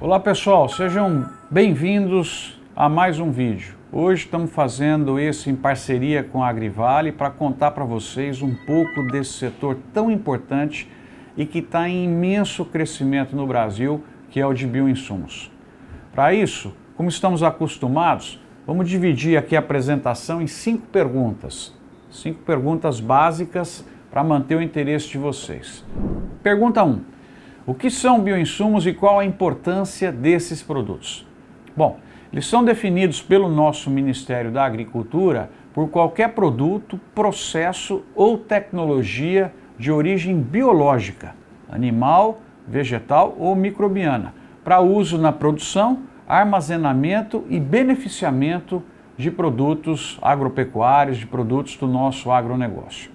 Olá pessoal, sejam bem-vindos a mais um vídeo. Hoje estamos fazendo isso em parceria com a Agrivale para contar para vocês um pouco desse setor tão importante e que está em imenso crescimento no Brasil, que é o de bioinsumos. Para isso, como estamos acostumados, vamos dividir aqui a apresentação em 5 perguntas. 5 perguntas básicas para manter o interesse de vocês. Pergunta 1. O que são bioinsumos e qual a importância desses produtos? Bom, eles são definidos pelo nosso Ministério da Agricultura por qualquer produto, processo ou tecnologia de origem biológica, animal, vegetal ou microbiana, para uso na produção, armazenamento e beneficiamento de produtos agropecuários, de produtos do nosso agronegócio.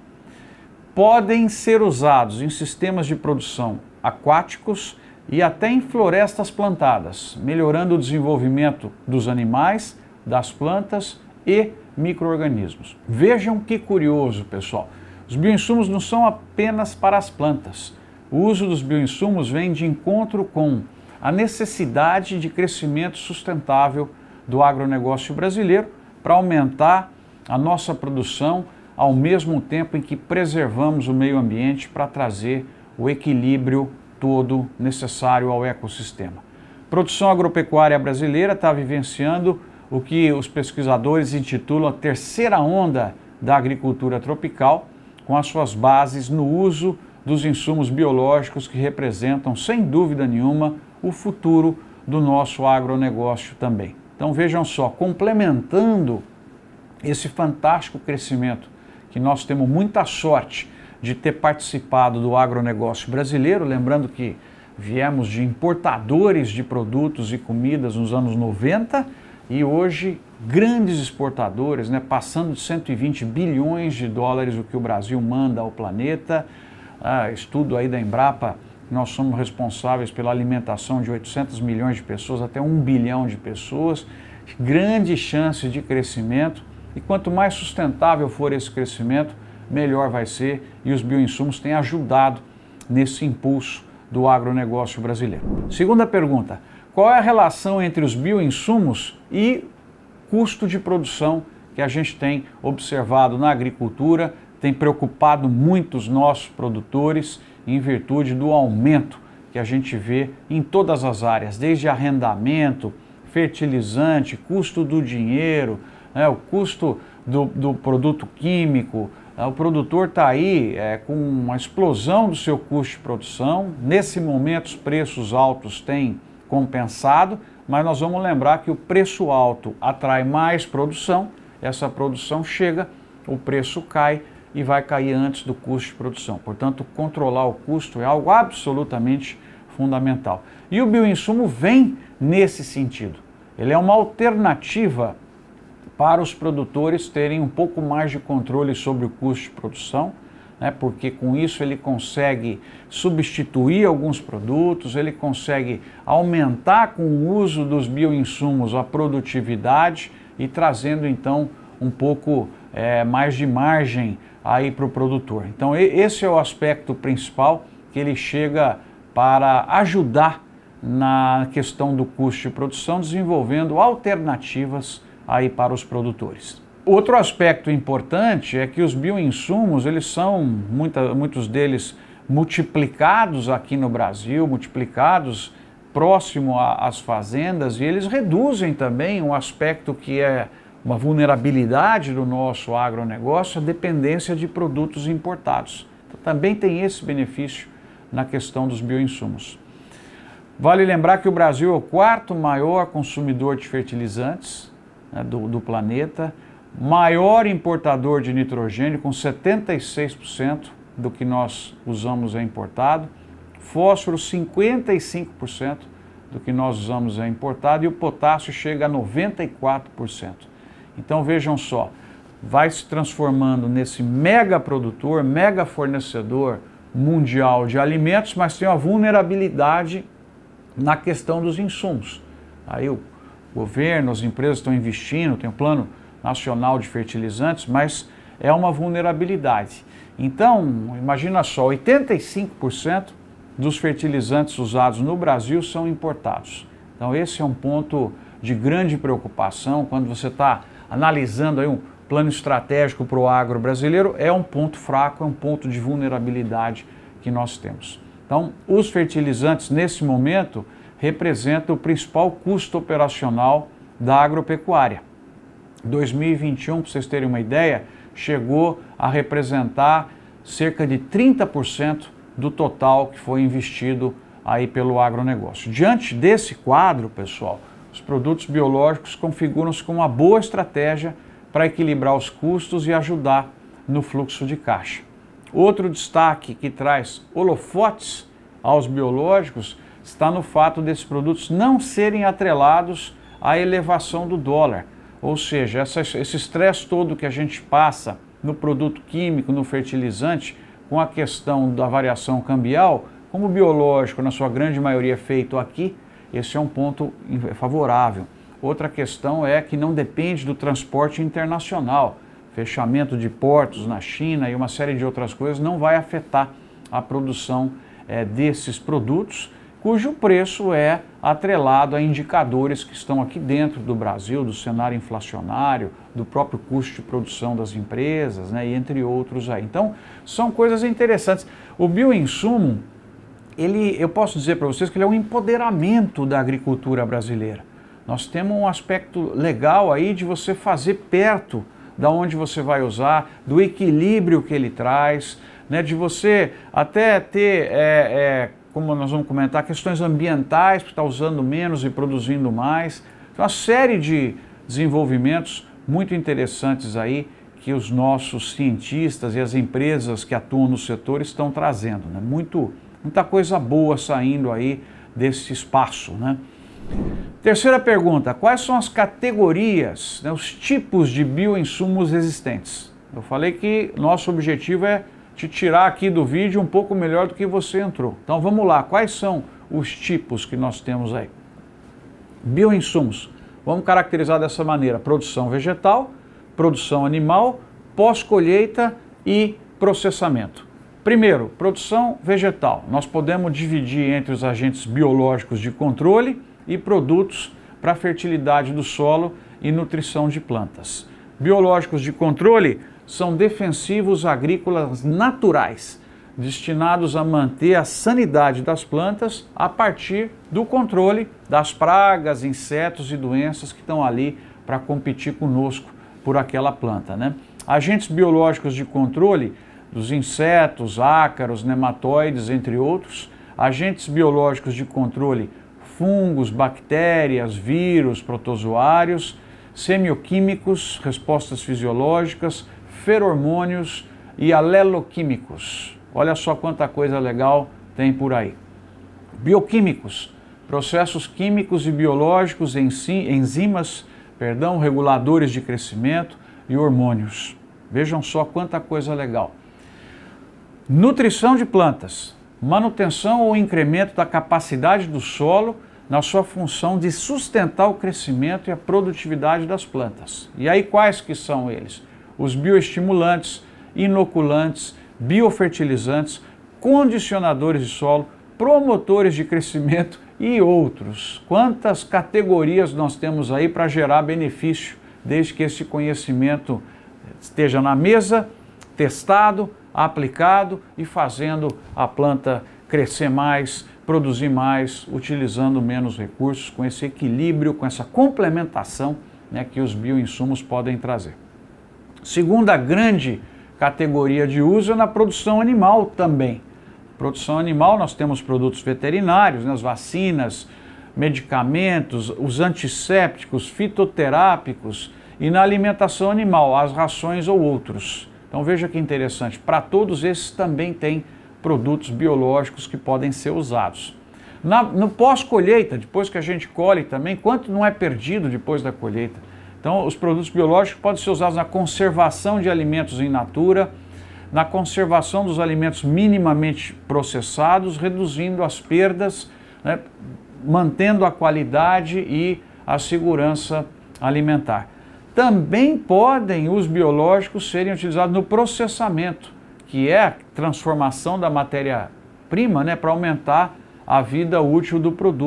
Podem ser usados em sistemas de produção aquáticos e até em florestas plantadas, melhorando o desenvolvimento dos animais, das plantas e micro-organismos. Vejam que curioso, pessoal. Os bioinsumos não são apenas para as plantas. O uso dos bioinsumos vem de encontro com a necessidade de crescimento sustentável do agronegócio brasileiro para aumentar a nossa produção ao mesmo tempo em que preservamos o meio ambiente para trazer o equilíbrio todo necessário ao ecossistema. A produção agropecuária brasileira está vivenciando o que os pesquisadores intitulam a terceira onda da agricultura tropical, com as suas bases no uso dos insumos biológicos que representam, sem dúvida nenhuma, o futuro do nosso agronegócio também. Então vejam só, complementando esse fantástico crescimento que nós temos muita sorte de ter participado do agronegócio brasileiro, lembrando que viemos de importadores de produtos e comidas nos anos 90 e hoje grandes exportadores, passando de 120 bilhões de dólares o que o Brasil manda ao planeta. Estudo aí da Embrapa, nós somos responsáveis pela alimentação de 800 milhões de pessoas, até 1 bilhão de pessoas, grande chance de crescimento e quanto mais sustentável for esse crescimento, melhor vai ser, e os bioinsumos têm ajudado nesse impulso do agronegócio brasileiro. Segunda pergunta, qual é a relação entre os bioinsumos e custo de produção que a gente tem observado na agricultura, tem preocupado muito os nossos produtores em virtude do aumento que a gente vê em todas as áreas, desde arrendamento, fertilizante, custo do dinheiro, o custo do produto químico. O produtor está aí com uma explosão do seu custo de produção. Nesse momento, os preços altos têm compensado, mas nós vamos lembrar que o preço alto atrai mais produção, essa produção chega, o preço cai e vai cair antes do custo de produção. Portanto, controlar o custo é algo absolutamente fundamental. E o bioinsumo vem nesse sentido. Ele é uma alternativa para os produtores terem um pouco mais de controle sobre o custo de produção, porque com isso ele consegue substituir alguns produtos, ele consegue aumentar com o uso dos bioinsumos a produtividade e trazendo então um pouco mais de margem aí para o produtor. Então esse é o aspecto principal que ele chega para ajudar na questão do custo de produção, desenvolvendo alternativas aí para os produtores. Outro aspecto importante é que os bioinsumos, eles são, muitos deles, multiplicados aqui no Brasil, multiplicados próximo às fazendas, e eles reduzem também um aspecto que é uma vulnerabilidade do nosso agronegócio, a dependência de produtos importados. Então, também tem esse benefício na questão dos bioinsumos. Vale lembrar que o Brasil é o 4º maior consumidor de fertilizantes do planeta, maior importador de nitrogênio, com 76% do que nós usamos é importado, fósforo 55% do que nós usamos é importado e o potássio chega a 94%. Então vejam só, vai se transformando nesse mega produtor, mega fornecedor mundial de alimentos, mas tem uma vulnerabilidade na questão dos insumos. Aí o governo, as empresas estão investindo, tem o Plano Nacional de Fertilizantes, mas é uma vulnerabilidade. Então, imagina só, 85% dos fertilizantes usados no Brasil são importados. Então esse é um ponto de grande preocupação quando você está analisando aí um plano estratégico para o agro brasileiro, é um ponto fraco, é um ponto de vulnerabilidade que nós temos. Então, os fertilizantes, nesse momento, representam o principal custo operacional da agropecuária. 2021, para vocês terem uma ideia, chegou a representar cerca de 30% do total que foi investido aí pelo agronegócio. Diante desse quadro, pessoal, os produtos biológicos configuram-se como uma boa estratégia para equilibrar os custos e ajudar no fluxo de caixa. Outro destaque que traz holofotes aos biológicos está no fato desses produtos não serem atrelados à elevação do dólar. Ou seja, esse estresse todo que a gente passa no produto químico, no fertilizante, com a questão da variação cambial, como o biológico, na sua grande maioria, é feito aqui, esse é um ponto favorável. Outra questão é que não depende do transporte internacional. Fechamento de portos na China e uma série de outras coisas não vai afetar a produção desses produtos, cujo preço é atrelado a indicadores que estão aqui dentro do Brasil, do cenário inflacionário, do próprio custo de produção das empresas, né, e entre outros aí. Então, são coisas interessantes. O bioinsumo, eu posso dizer para vocês que ele é um empoderamento da agricultura brasileira. Nós temos um aspecto legal aí de você fazer perto da onde você vai usar, do equilíbrio que ele traz, né, de você até ter, como nós vamos comentar, questões ambientais, para estar usando menos e produzindo mais. Então, uma série de desenvolvimentos muito interessantes aí que os nossos cientistas e as empresas que atuam no setor estão trazendo, né? Muita coisa boa saindo aí desse espaço, né? Terceira pergunta, quais são as categorias, né, os tipos de bioinsumos existentes? Eu falei que nosso objetivo é te tirar aqui do vídeo um pouco melhor do que você entrou. Então vamos lá, quais são os tipos que nós temos aí? Bioinsumos, vamos caracterizar dessa maneira: produção vegetal, produção animal, pós-colheita e processamento. Primeiro, produção vegetal. Nós podemos dividir entre os agentes biológicos de controle e produtos para fertilidade do solo e nutrição de plantas. Biológicos de controle são defensivos agrícolas naturais, destinados a manter a sanidade das plantas a partir do controle das pragas, insetos e doenças que estão ali para competir conosco por aquela planta, né? Agentes biológicos de controle dos insetos, ácaros, nematóides, entre outros. Agentes biológicos de controle: fungos, bactérias, vírus, protozoários, semioquímicos, respostas fisiológicas, feromônios e aleloquímicos. Olha só quanta coisa legal tem por aí. Bioquímicos, processos químicos e biológicos, enzimas, reguladores de crescimento e hormônios. Vejam só quanta coisa legal. Nutrição de plantas, manutenção ou incremento da capacidade do solo na sua função de sustentar o crescimento e a produtividade das plantas. E aí quais que são eles? Os bioestimulantes, inoculantes, biofertilizantes, condicionadores de solo, promotores de crescimento e outros. Quantas categorias nós temos aí para gerar benefício, desde que esse conhecimento esteja na mesa, testado, aplicado e fazendo a planta crescer mais, produzir mais, utilizando menos recursos, com esse equilíbrio, com essa complementação, né, que os bioinsumos podem trazer. Segunda grande categoria de uso é na produção animal também. Produção animal, nós temos produtos veterinários, né, as vacinas, medicamentos, os antissépticos, fitoterápicos, e na alimentação animal, as rações ou outros. Então veja que interessante, para todos esses também tem produtos biológicos que podem ser usados. No pós-colheita, depois que a gente colhe também, quanto não é perdido depois da colheita? Então os produtos biológicos podem ser usados na conservação de alimentos in natura, na conservação dos alimentos minimamente processados, reduzindo as perdas, né, mantendo a qualidade e a segurança alimentar. Também podem os biológicos serem utilizados no processamento, que é a transformação da matéria-prima, né, para aumentar a vida útil do produto.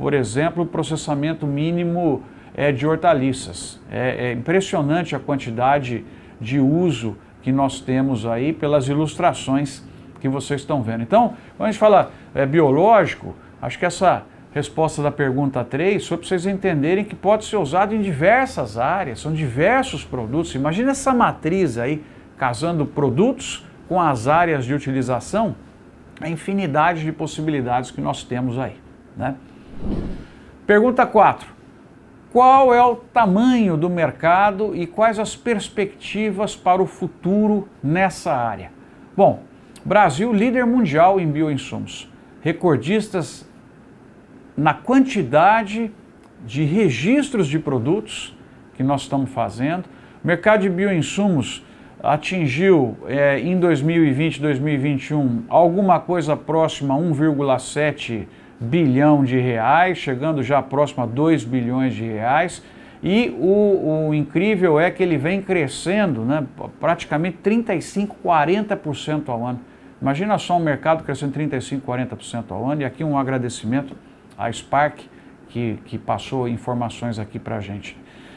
por exemplo, o processamento mínimo de hortaliças. É impressionante a quantidade de uso que nós temos aí pelas ilustrações que vocês estão vendo. Então, quando a gente fala biológico, acho que essa resposta da pergunta 3 foi para vocês entenderem que pode ser usado em diversas áreas, são diversos produtos. Imagina essa matriz aí, casando produtos com as áreas de utilização, a infinidade de possibilidades que nós temos aí, né? Pergunta 4. Qual é o tamanho do mercado e quais as perspectivas para o futuro nessa área? Bom, Brasil, líder mundial em bioinsumos, recordistas na quantidade de registros de produtos que nós estamos fazendo. O mercado de bioinsumos atingiu em 2020, 2021, alguma coisa próxima a 1,7 bilhão de reais, chegando já próximo a 2 bilhões de reais. E o incrível é que ele vem crescendo, né, praticamente 35%, 40% ao ano. Imagina só um mercado crescendo 35%, 40% ao ano. E aqui um agradecimento à Spark, que passou informações aqui para a gente.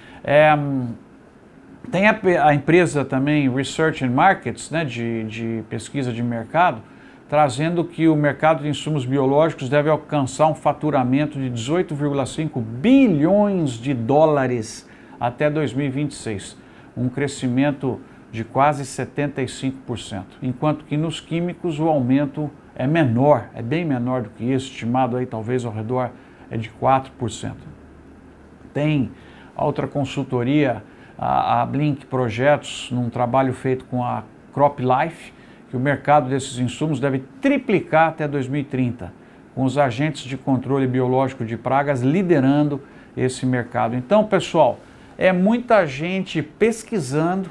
Tem a empresa também Research and Markets, né, de pesquisa de mercado, trazendo que o mercado de insumos biológicos deve alcançar um faturamento de 18,5 bilhões de dólares até 2026, um crescimento de quase 75%, enquanto que nos químicos o aumento é menor, é bem menor do que isso, estimado aí talvez ao redor de 4%. Tem outra consultoria, a Blink Projetos, num trabalho feito com a CropLife, que o mercado desses insumos deve triplicar até 2030, com os agentes de controle biológico de pragas liderando esse mercado. Então, pessoal, é muita gente pesquisando,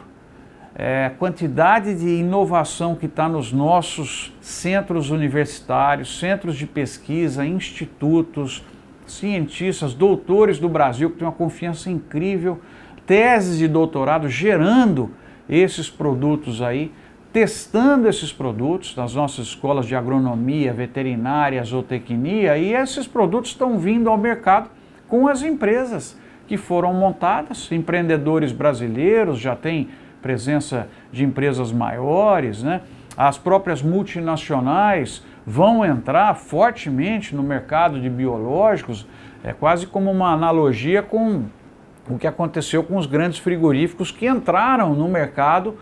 quantidade de inovação que está nos nossos centros universitários, centros de pesquisa, institutos, cientistas, doutores do Brasil que têm uma confiança incrível, teses de doutorado gerando esses produtos aí, testando esses produtos nas nossas escolas de agronomia, veterinária, zootecnia, e esses produtos estão vindo ao mercado com as empresas que foram montadas, empreendedores brasileiros, já tem presença de empresas maiores, né? As próprias multinacionais vão entrar fortemente no mercado de biológicos, é quase como uma analogia com o que aconteceu com os grandes frigoríficos que entraram no mercado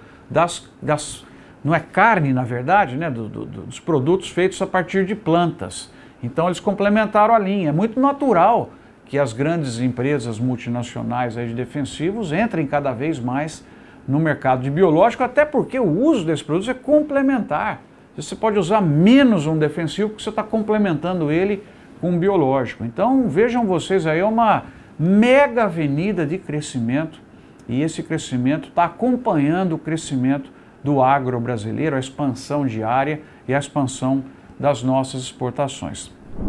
não é carne, na verdade, né, dos produtos feitos a partir de plantas. Então eles complementaram a linha. É muito natural que as grandes empresas multinacionais aí de defensivos entrem cada vez mais no mercado de biológico, até porque o uso desses produtos é complementar. Você pode usar menos um defensivo porque você está complementando ele com um biológico. Então vejam vocês aí, é uma mega avenida de crescimento, e esse crescimento está acompanhando o crescimento do agro brasileiro, a expansão diária e a expansão das nossas exportações.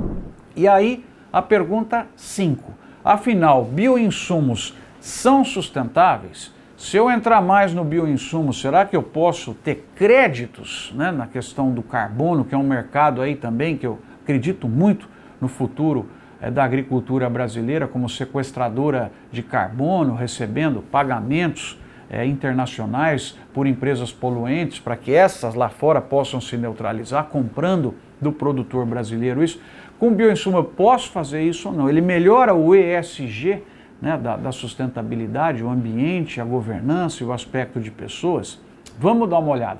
E aí a pergunta 5, afinal, bioinsumos são sustentáveis? Se eu entrar mais no bioinsumo, será que eu posso ter créditos, né, na questão do carbono, que é um mercado aí também que eu acredito muito no futuro da agricultura brasileira como sequestradora de carbono, recebendo pagamentos internacionais por empresas poluentes para que essas lá fora possam se neutralizar, comprando do produtor brasileiro isso. Com bioinsumo eu posso fazer isso ou não? Ele melhora o ESG, né, da sustentabilidade, o ambiente, a governança e o aspecto de pessoas? Vamos dar uma olhada.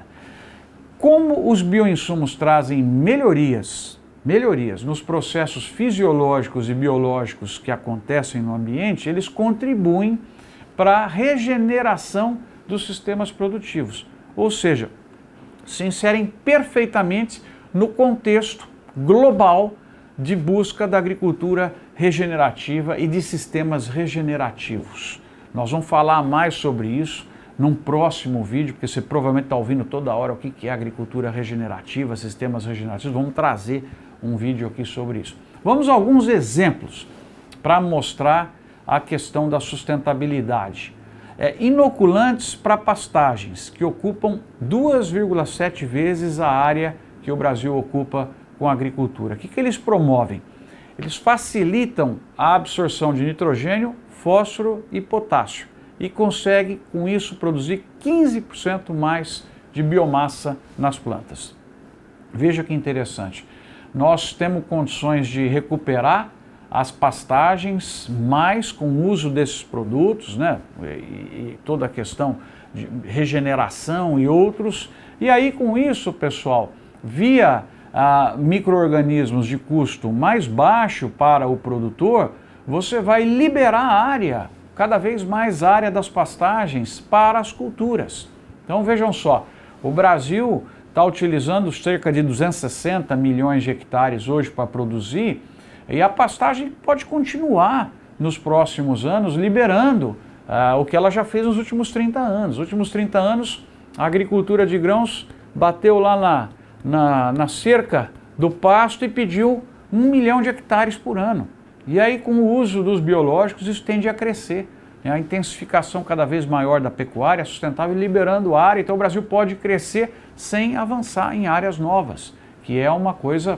Como os bioinsumos trazem melhorias nos processos fisiológicos e biológicos que acontecem no ambiente, eles contribuem para a regeneração dos sistemas produtivos. Ou seja, se inserem perfeitamente no contexto global de busca da agricultura regenerativa e de sistemas regenerativos. Nós vamos falar mais sobre isso num próximo vídeo, porque você provavelmente está ouvindo toda hora o que é agricultura regenerativa, sistemas regenerativos. Vamos trazer um vídeo aqui sobre isso. Vamos a alguns exemplos para mostrar a questão da sustentabilidade. Inoculantes para pastagens, que ocupam 2,7 vezes a área que o Brasil ocupa com a agricultura. O que eles promovem? eles facilitam a absorção de nitrogênio, fósforo e potássio e consegue com isso produzir 15% mais de biomassa nas plantas. Veja que interessante, nós temos condições de recuperar as pastagens mais com o uso desses produtos, né? E toda a questão de regeneração e outros. E aí com isso, pessoal, via micro-organismos de custo mais baixo para o produtor, você vai liberar a área, cada vez mais área das pastagens para as culturas. Então vejam só, o Brasil está utilizando cerca de 260 milhões de hectares hoje para produzir, e a pastagem pode continuar nos próximos anos liberando o que ela já fez nos últimos 30 anos. Nos últimos 30 anos, a agricultura de grãos bateu lá na cerca do pasto e pediu 1 milhão de hectares por ano. E aí, com o uso dos biológicos, isso tende a crescer. A intensificação cada vez maior da pecuária sustentável, liberando área. Então, o Brasil pode crescer sem avançar em áreas novas, que é uma coisa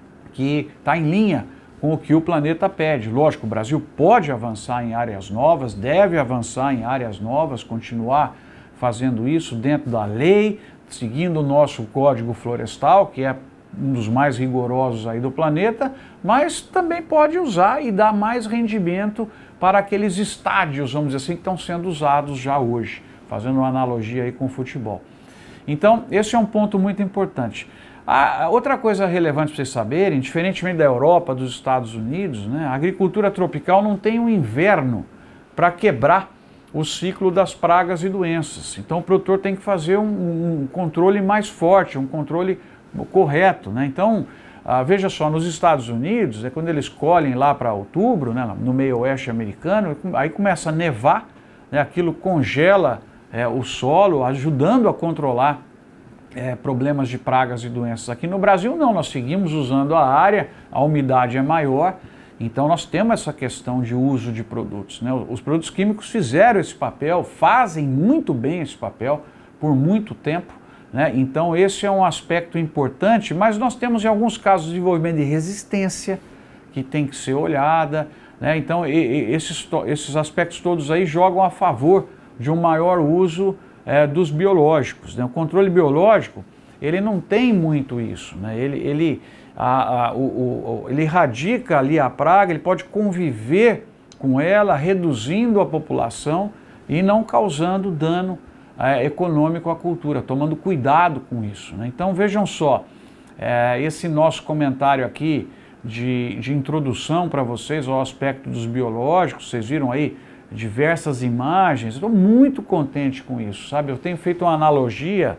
que está em linha com o que o planeta pede. Lógico, o Brasil pode avançar em áreas novas, deve avançar em áreas novas, continuar fazendo isso dentro da lei, seguindo o nosso Código Florestal, que é um dos mais rigorosos aí do planeta, mas também pode usar e dar mais rendimento para aqueles estádios, vamos dizer assim, que estão sendo usados já hoje, fazendo uma analogia aí com o futebol. Então, esse é um ponto muito importante. Outra coisa relevante para vocês saberem, diferentemente da Europa, dos Estados Unidos, né, a agricultura tropical não tem um inverno para quebrar o ciclo das pragas e doenças. Então o produtor tem que fazer um controle mais forte, um controle correto, né? Então, veja só, nos Estados Unidos, quando eles colhem lá para outubro, né, no meio oeste americano, aí começa a nevar, né, aquilo congela o solo, ajudando a controlar problemas de pragas e doenças. Aqui no Brasil não, nós seguimos usando a área, a umidade é maior, então nós temos essa questão de uso de produtos, né? Os produtos químicos fizeram esse papel, fazem muito bem esse papel por muito tempo, né? Então esse é um aspecto importante, mas nós temos em alguns casos de desenvolvimento de resistência que tem que ser olhada, né? Então esses aspectos todos aí jogam a favor de um maior uso dos biológicos, né? O controle biológico, ele não tem muito isso, né? Ele erradica ali a praga, ele pode conviver com ela, reduzindo a população e não causando dano econômico à cultura, tomando cuidado com isso, né? Então vejam só, esse nosso comentário aqui de introdução para vocês ao aspecto dos biológicos, vocês viram aí diversas imagens, estou muito contente com isso, sabe? Eu tenho feito uma analogia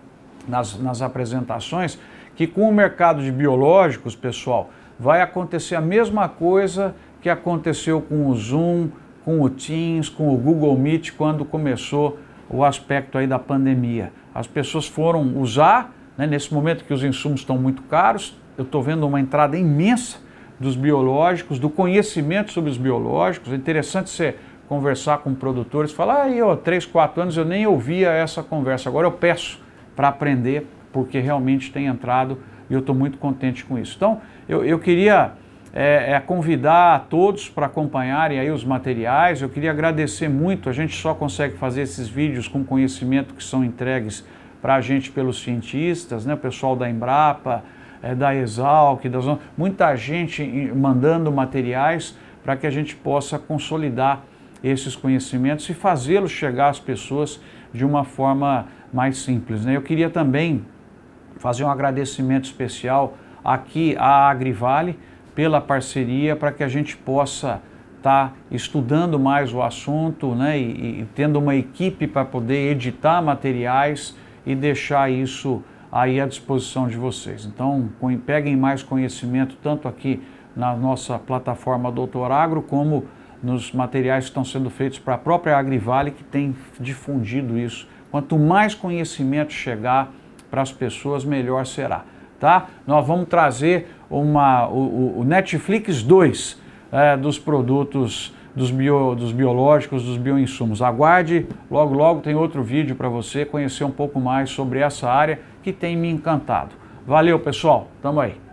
nas apresentações que com o mercado de biológicos, pessoal, vai acontecer a mesma coisa que aconteceu com o Zoom, com o Teams, com o Google Meet, quando começou o aspecto aí da pandemia. As pessoas foram usar, né, nesse momento que os insumos estão muito caros, eu estou vendo uma entrada imensa dos biológicos, do conhecimento sobre os biológicos. É interessante você conversar com produtores, falar, 3, 4 anos eu nem ouvia essa conversa, agora eu peço para aprender, porque realmente tem entrado e eu estou muito contente com isso. Então, eu queria convidar a todos para acompanharem aí os materiais, eu queria agradecer muito, a gente só consegue fazer esses vídeos com conhecimento que são entregues para a gente pelos cientistas, né, o pessoal da Embrapa, da Exalc, muita gente mandando materiais para que a gente possa consolidar esses conhecimentos e fazê-los chegar às pessoas de uma forma mais simples, né? Eu queria também fazer um agradecimento especial aqui à Agrivale pela parceria para que a gente possa estar estudando mais o assunto, né, e tendo uma equipe para poder editar materiais e deixar isso aí à disposição de vocês. Então, peguem mais conhecimento tanto aqui na nossa plataforma Doutor Agro, como nos materiais que estão sendo feitos para a própria Agrivale, que tem difundido isso. Quanto mais conhecimento chegar para as pessoas, melhor será, tá? Nós vamos trazer o Netflix 2 dos produtos dos biológicos, dos bioinsumos. Aguarde, logo logo tem outro vídeo para você conhecer um pouco mais sobre essa área que tem me encantado. Valeu, pessoal, tamo aí.